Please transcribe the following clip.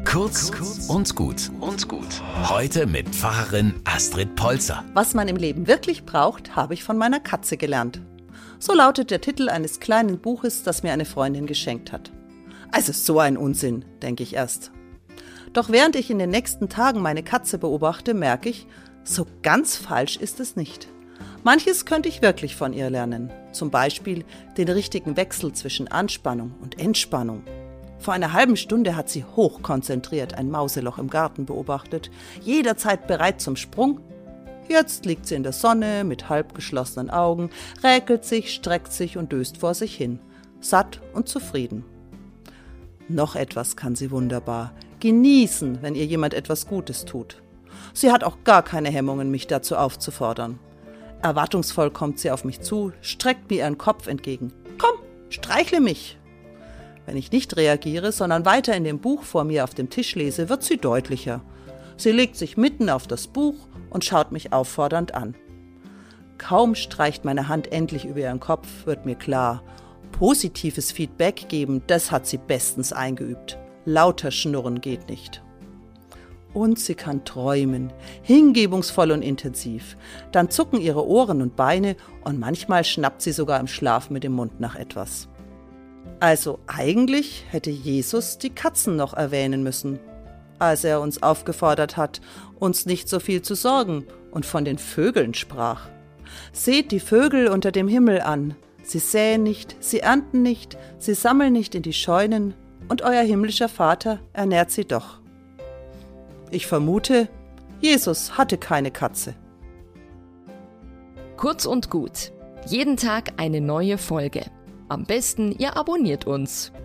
Kurz und gut. Heute mit Pfarrerin Astrid Polzer. Was man im Leben wirklich braucht, habe ich von meiner Katze gelernt. So lautet der Titel eines kleinen Buches, das mir eine Freundin geschenkt hat. Also so ein Unsinn, denke ich erst. Doch während ich in den nächsten Tagen meine Katze beobachte, merke ich, so ganz falsch ist es nicht. Manches könnte ich wirklich von ihr lernen. Zum Beispiel den richtigen Wechsel zwischen Anspannung und Entspannung. Vor einer halben Stunde hat sie hochkonzentriert ein Mauseloch im Garten beobachtet, jederzeit bereit zum Sprung. Jetzt liegt sie in der Sonne mit halb geschlossenen Augen, räkelt sich, streckt sich und döst vor sich hin, satt und zufrieden. Noch etwas kann sie wunderbar: genießen, wenn ihr jemand etwas Gutes tut. Sie hat auch gar keine Hemmungen, mich dazu aufzufordern. Erwartungsvoll kommt sie auf mich zu, streckt mir ihren Kopf entgegen. Komm, streichle mich! Wenn ich nicht reagiere, sondern weiter in dem Buch vor mir auf dem Tisch lese, wird sie deutlicher. Sie legt sich mitten auf das Buch und schaut mich auffordernd an. Kaum streicht meine Hand endlich über ihren Kopf, wird mir klar: positives Feedback geben, das hat sie bestens eingeübt. Lauter Schnurren geht nicht. Und sie kann träumen, hingebungsvoll und intensiv. Dann zucken ihre Ohren und Beine und manchmal schnappt sie sogar im Schlaf mit dem Mund nach etwas. Also eigentlich hätte Jesus die Katzen noch erwähnen müssen, als er uns aufgefordert hat, uns nicht so viel zu sorgen, und von den Vögeln sprach. Seht die Vögel unter dem Himmel an. Sie säen nicht, sie ernten nicht, sie sammeln nicht in die Scheunen, und euer himmlischer Vater ernährt sie doch. Ich vermute, Jesus hatte keine Katze. Kurz und gut. Jeden Tag eine neue Folge. Am besten, ihr abonniert uns.